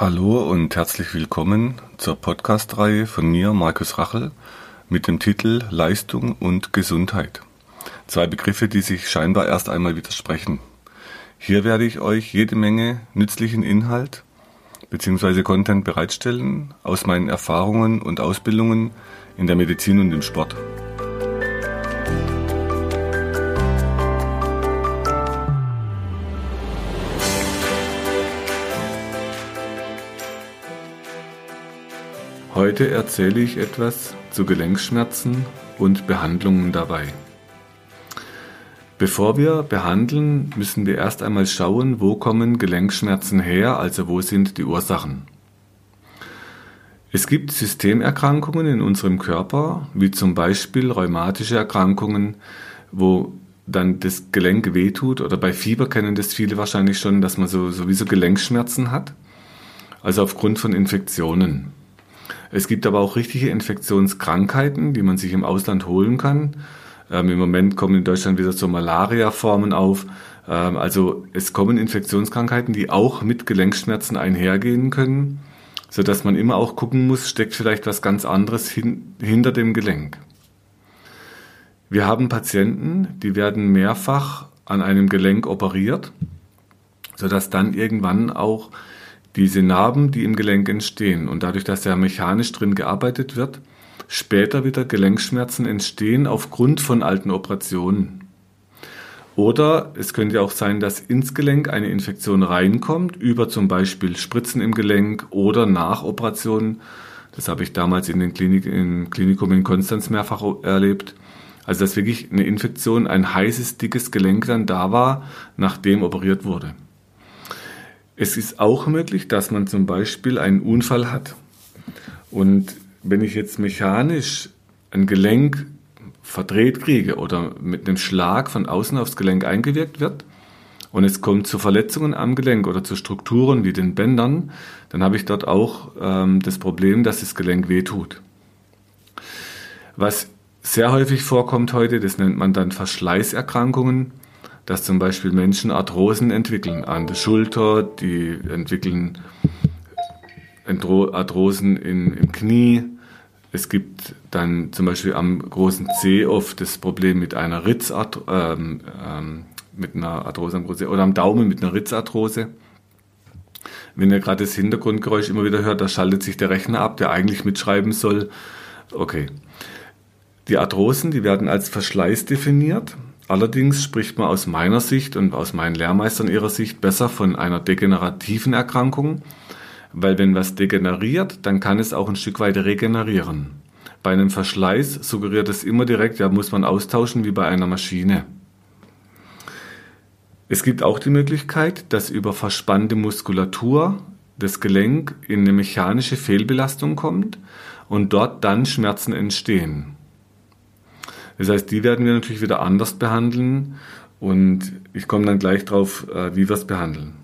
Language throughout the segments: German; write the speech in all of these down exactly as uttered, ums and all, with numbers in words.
Hallo und herzlich willkommen zur Podcast-Reihe von mir, Markus Rachel, mit dem Titel Leistung und Gesundheit. Zwei Begriffe, die sich scheinbar erst einmal widersprechen. Hier werde ich euch jede Menge nützlichen Inhalt bzw. Content bereitstellen aus meinen Erfahrungen und Ausbildungen in der Medizin und im Sport. Heute erzähle ich etwas zu Gelenkschmerzen und Behandlungen dabei. Bevor wir behandeln, müssen wir erst einmal schauen, wo kommen Gelenkschmerzen her, also wo sind die Ursachen. Es gibt Systemerkrankungen in unserem Körper, wie zum Beispiel rheumatische Erkrankungen, wo dann das Gelenk wehtut, oder bei Fieber kennen das viele wahrscheinlich schon, dass man so, sowieso Gelenkschmerzen hat, also aufgrund von Infektionen. Es gibt aber auch richtige Infektionskrankheiten, die man sich im Ausland holen kann. Ähm, Im Moment kommen in Deutschland wieder so Malaria-Formen auf. Ähm, also es kommen Infektionskrankheiten, die auch mit Gelenkschmerzen einhergehen können, sodass man immer auch gucken muss, steckt vielleicht was ganz anderes hin, hinter dem Gelenk. Wir haben Patienten, die werden mehrfach an einem Gelenk operiert, sodass dann irgendwann auch diese Narben, die im Gelenk entstehen und dadurch, dass ja mechanisch drin gearbeitet wird, später wieder Gelenkschmerzen entstehen aufgrund von alten Operationen. Oder es könnte auch sein, dass ins Gelenk eine Infektion reinkommt, über zum Beispiel Spritzen im Gelenk oder nach Operationen. Das habe ich damals in den Klinik, im Klinikum in Konstanz mehrfach erlebt. Also dass wirklich eine Infektion, ein heißes, dickes Gelenk dann da war, nachdem operiert wurde. Es ist auch möglich, dass man zum Beispiel einen Unfall hat. Und wenn ich jetzt mechanisch ein Gelenk verdreht kriege oder mit einem Schlag von außen aufs Gelenk eingewirkt wird und es kommt zu Verletzungen am Gelenk oder zu Strukturen wie den Bändern, dann habe ich dort auch ähm, das Problem, dass das Gelenk wehtut. Was sehr häufig vorkommt heute, das nennt man dann Verschleißerkrankungen, dass zum Beispiel Menschen Arthrosen entwickeln an der Schulter, die entwickeln Arthrosen in, im Knie. Es gibt dann zum Beispiel am großen Zeh oft das Problem mit einer Ritzarthrose, ähm, ähm, mit einer Arthrose am großen Zeh, oder am Daumen mit einer Ritzarthrose. Wenn ihr gerade das Hintergrundgeräusch immer wieder hört, da schaltet sich der Rechner ab, der eigentlich mitschreiben soll. Okay. Die Arthrosen, die werden als Verschleiß definiert. Allerdings spricht man aus meiner Sicht und aus meinen Lehrmeistern ihrer Sicht besser von einer degenerativen Erkrankung, weil wenn was degeneriert, dann kann es auch ein Stück weit regenerieren. Bei einem Verschleiß suggeriert es immer direkt, ja, muss man austauschen wie bei einer Maschine. Es gibt auch die Möglichkeit, dass über verspannte Muskulatur das Gelenk in eine mechanische Fehlbelastung kommt und dort dann Schmerzen entstehen. Das heißt, die werden wir natürlich wieder anders behandeln und ich komme dann gleich drauf, wie wir es behandeln.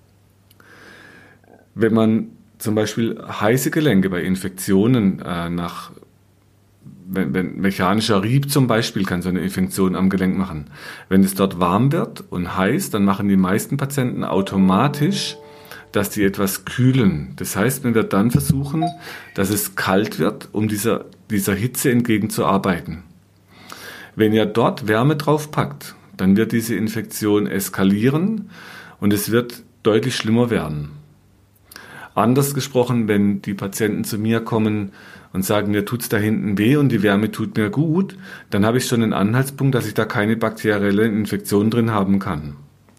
Wenn man zum Beispiel heiße Gelenke bei Infektionen nach, wenn, wenn mechanischer Rieb zum Beispiel kann so eine Infektion am Gelenk machen. Wenn es dort warm wird und heiß, dann machen die meisten Patienten automatisch, dass die etwas kühlen. Das heißt, man wird dann versuchen, dass es kalt wird, um dieser, dieser Hitze entgegenzuarbeiten. Wenn ihr dort Wärme drauf packt, dann wird diese Infektion eskalieren und es wird deutlich schlimmer werden. Anders gesprochen, wenn die Patienten zu mir kommen und sagen, mir tut's da hinten weh und die Wärme tut mir gut, dann habe ich schon einen Anhaltspunkt, dass ich da keine bakterielle Infektion drin haben kann.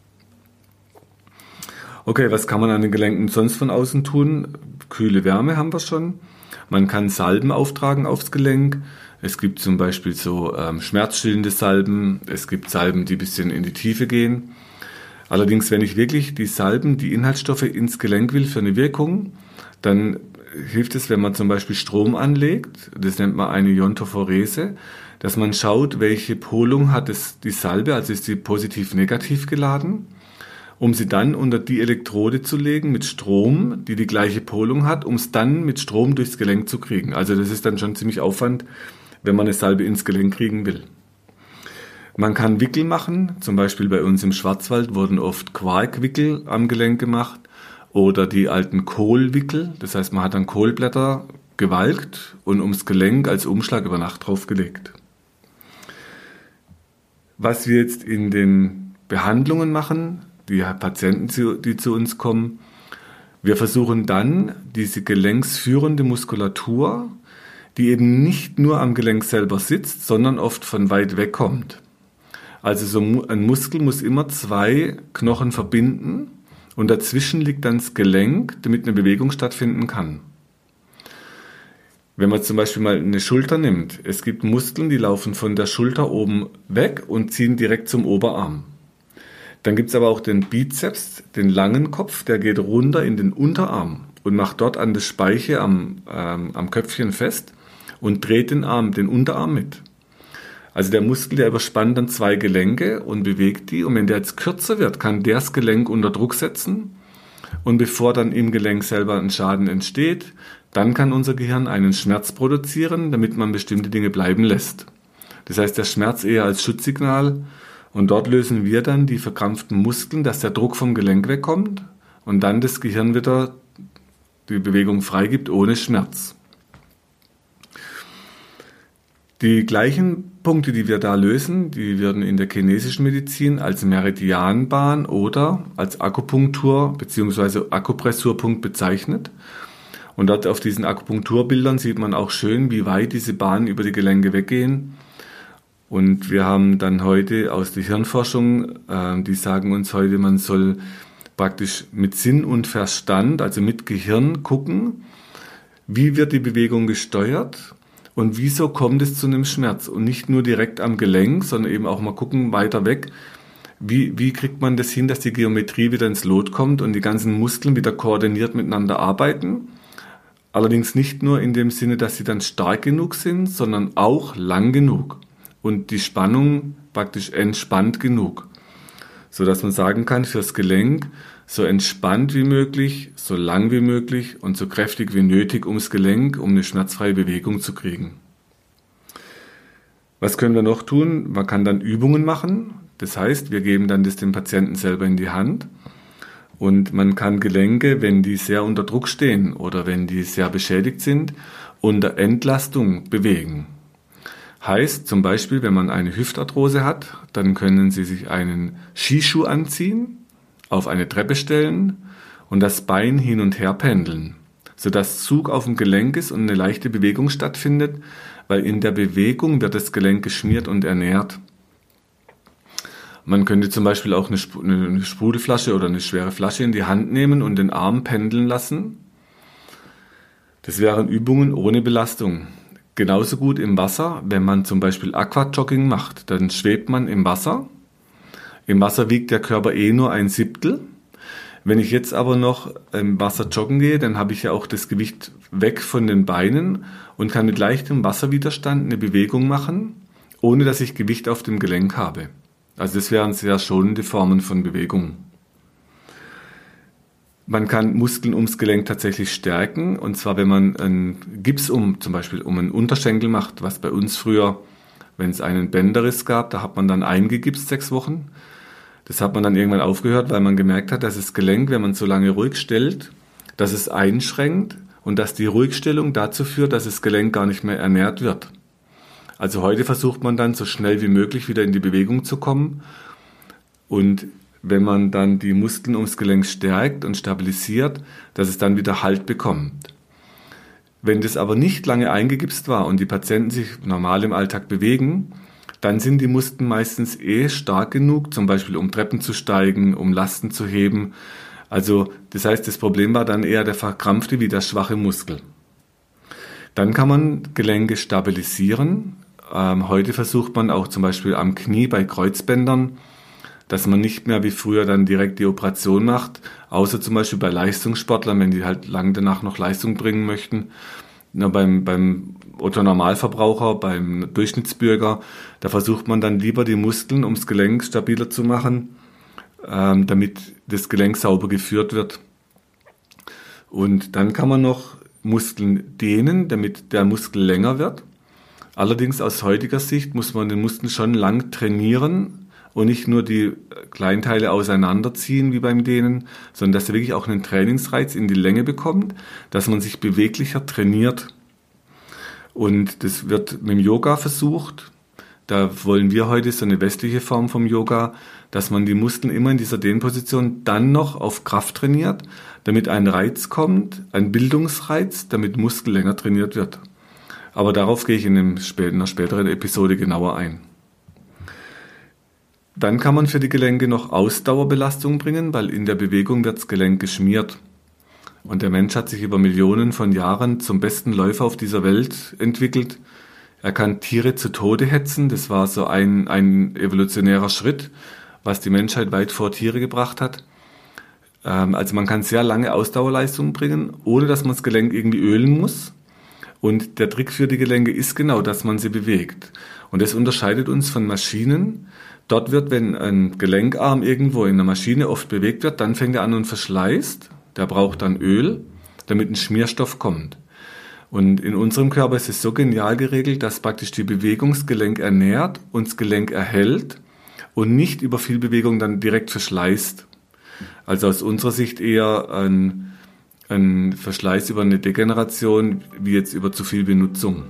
Okay, was kann man an den Gelenken sonst von außen tun? Kühle Wärme haben wir schon. Man kann Salben auftragen aufs Gelenk. Es gibt zum Beispiel so ähm, schmerzstillende Salben. Es gibt Salben, die ein bisschen in die Tiefe gehen. Allerdings, wenn ich wirklich die Salben, die Inhaltsstoffe ins Gelenk will für eine Wirkung, dann hilft es, wenn man zum Beispiel Strom anlegt. Das nennt man eine Iontophorese, dass man schaut, welche Polung hat es die Salbe, also ist sie positiv-negativ geladen, um sie dann unter die Elektrode zu legen mit Strom, die die gleiche Polung hat, um es dann mit Strom durchs Gelenk zu kriegen. Also das ist dann schon ziemlich Aufwand, wenn man eine Salbe ins Gelenk kriegen will. Man kann Wickel machen, zum Beispiel bei uns im Schwarzwald wurden oft Quarkwickel am Gelenk gemacht oder die alten Kohlwickel. Das heißt, man hat dann Kohlblätter gewalkt und ums Gelenk als Umschlag über Nacht draufgelegt. Was wir jetzt in den Behandlungen machen, die Patienten, die zu uns kommen, wir versuchen dann diese gelenksführende Muskulatur, die eben nicht nur am Gelenk selber sitzt, sondern oft von weit weg kommt. Also so ein Muskel muss immer zwei Knochen verbinden und dazwischen liegt dann das Gelenk, damit eine Bewegung stattfinden kann. Wenn man zum Beispiel mal eine Schulter nimmt, es gibt Muskeln, die laufen von der Schulter oben weg und ziehen direkt zum Oberarm. Dann gibt es aber auch den Bizeps, den langen Kopf, der geht runter in den Unterarm und macht dort an das Speiche am, ähm, am Köpfchen fest und dreht den Arm, den Unterarm mit. Also der Muskel, der überspannt dann zwei Gelenke und bewegt die. Und wenn der jetzt kürzer wird, kann der das Gelenk unter Druck setzen. Und bevor dann im Gelenk selber ein Schaden entsteht, dann kann unser Gehirn einen Schmerz produzieren, damit man bestimmte Dinge bleiben lässt. Das heißt, der Schmerz eher als Schutzsignal. Und dort lösen wir dann die verkrampften Muskeln, dass der Druck vom Gelenk wegkommt und dann das Gehirn wieder die Bewegung freigibt ohne Schmerz. Die gleichen Punkte, die wir da lösen, die werden in der chinesischen Medizin als Meridianbahn oder als Akupunktur bzw. Akupressurpunkt bezeichnet. Und dort auf diesen Akupunkturbildern sieht man auch schön, wie weit diese Bahnen über die Gelenke weggehen. Und wir haben dann heute aus der Hirnforschung, äh, die sagen uns heute, man soll praktisch mit Sinn und Verstand, also mit Gehirn gucken, wie wird die Bewegung gesteuert und wieso kommt es zu einem Schmerz. Und nicht nur direkt am Gelenk, sondern eben auch mal gucken, weiter weg, wie, wie kriegt man das hin, dass die Geometrie wieder ins Lot kommt und die ganzen Muskeln wieder koordiniert miteinander arbeiten. Allerdings nicht nur in dem Sinne, dass sie dann stark genug sind, sondern auch lang genug. Und die Spannung praktisch entspannt genug, sodass man sagen kann, fürs Gelenk so entspannt wie möglich, so lang wie möglich und so kräftig wie nötig ums Gelenk, um eine schmerzfreie Bewegung zu kriegen. Was können wir noch tun? Man kann dann Übungen machen, das heißt, wir geben dann das dem Patienten selber in die Hand und man kann Gelenke, wenn die sehr unter Druck stehen oder wenn die sehr beschädigt sind, unter Entlastung bewegen. Heißt zum Beispiel, wenn man eine Hüftarthrose hat, dann können Sie sich einen Skischuh anziehen, auf eine Treppe stellen und das Bein hin und her pendeln, sodass Zug auf dem Gelenk ist und eine leichte Bewegung stattfindet, weil in der Bewegung wird das Gelenk geschmiert und ernährt. Man könnte zum Beispiel auch eine Sprudelflasche oder eine schwere Flasche in die Hand nehmen und den Arm pendeln lassen. Das wären Übungen ohne Belastung. Genauso gut im Wasser, wenn man zum Beispiel Aquajogging macht, dann schwebt man im Wasser. Im Wasser wiegt der Körper eh nur ein Siebtel. Wenn ich jetzt aber noch im Wasser joggen gehe, dann habe ich ja auch das Gewicht weg von den Beinen und kann mit leichtem Wasserwiderstand eine Bewegung machen, ohne dass ich Gewicht auf dem Gelenk habe. Also das wären sehr schonende Formen von Bewegung. Man kann Muskeln ums Gelenk tatsächlich stärken, und zwar wenn man einen Gips um, zum Beispiel um einen Unterschenkel macht, was bei uns früher, wenn es einen Bänderriss gab, da hat man dann eingegipst sechs Wochen. Das hat man dann irgendwann aufgehört, weil man gemerkt hat, dass das Gelenk, wenn man so lange ruhig stellt, dass es einschränkt und dass die Ruhigstellung dazu führt, dass das Gelenk gar nicht mehr ernährt wird. Also heute versucht man dann so schnell wie möglich wieder in die Bewegung zu kommen, und wenn man dann die Muskeln ums Gelenk stärkt und stabilisiert, dass es dann wieder Halt bekommt. Wenn das aber nicht lange eingegipst war und die Patienten sich normal im Alltag bewegen, dann sind die Muskeln meistens eh stark genug, zum Beispiel um Treppen zu steigen, um Lasten zu heben. Also das heißt, das Problem war dann eher der verkrampfte wie der schwache Muskel. Dann kann man Gelenke stabilisieren. Ähm, heute versucht man auch zum Beispiel am Knie bei Kreuzbändern, dass man nicht mehr wie früher dann direkt die Operation macht, außer zum Beispiel bei Leistungssportlern, wenn die halt lang danach noch Leistung bringen möchten. Na, beim, beim Otto-Normalverbraucher, beim Durchschnittsbürger, da versucht man dann lieber die Muskeln ums Gelenk stabiler zu machen, ähm, damit das Gelenk sauber geführt wird. Und dann kann man noch Muskeln dehnen, damit der Muskel länger wird. Allerdings aus heutiger Sicht muss man den Muskel schon lang trainieren, und nicht nur die Kleinteile auseinanderziehen wie beim Dehnen, sondern dass er wirklich auch einen Trainingsreiz in die Länge bekommt, dass man sich beweglicher trainiert. Und das wird mit dem Yoga versucht. Da wollen wir heute so eine westliche Form vom Yoga, dass man die Muskeln immer in dieser Dehnposition dann noch auf Kraft trainiert, damit ein Reiz kommt, ein Bildungsreiz, damit Muskel länger trainiert wird. Aber darauf gehe ich in einer späteren Episode genauer ein. Dann kann man für die Gelenke noch Ausdauerbelastung bringen, weil in der Bewegung wird das Gelenk geschmiert. Und der Mensch hat sich über Millionen von Jahren zum besten Läufer auf dieser Welt entwickelt. Er kann Tiere zu Tode hetzen. Das war so ein, ein evolutionärer Schritt, was die Menschheit weit vor Tiere gebracht hat. Ähm, also man kann sehr lange Ausdauerleistungen bringen, ohne dass man das Gelenk irgendwie ölen muss. Und der Trick für die Gelenke ist genau, dass man sie bewegt. Und das unterscheidet uns von Maschinen. Dort wird, wenn ein Gelenkarm irgendwo in einer Maschine oft bewegt wird, dann fängt er an und verschleißt. Der braucht dann Öl, damit ein Schmierstoff kommt. Und in unserem Körper ist es so genial geregelt, dass praktisch die Bewegung das Gelenk ernährt und das Gelenk erhält und nicht über viel Bewegung dann direkt verschleißt. Also aus unserer Sicht eher ein, ein Verschleiß über eine Degeneration, wie jetzt über zu viel Benutzung.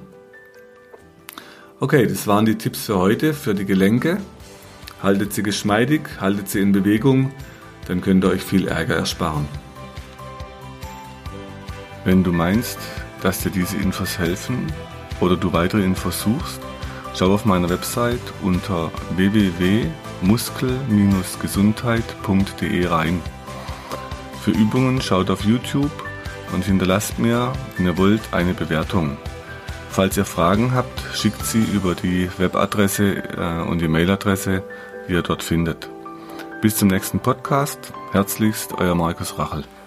Okay, das waren die Tipps für heute, für die Gelenke. Haltet sie geschmeidig, haltet sie in Bewegung, dann könnt ihr euch viel Ärger ersparen. Wenn du meinst, dass dir diese Infos helfen oder du weitere Infos suchst, schau auf meiner Website unter w w w punkt muskel Bindestrich gesundheit punkt d e rein. Für Übungen schaut auf YouTube und hinterlasst mir, wenn ihr wollt, eine Bewertung. Falls ihr Fragen habt, schickt sie über die Webadresse äh, und die Mailadresse, die ihr dort findet. Bis zum nächsten Podcast. Herzlichst, euer Markus Rachel.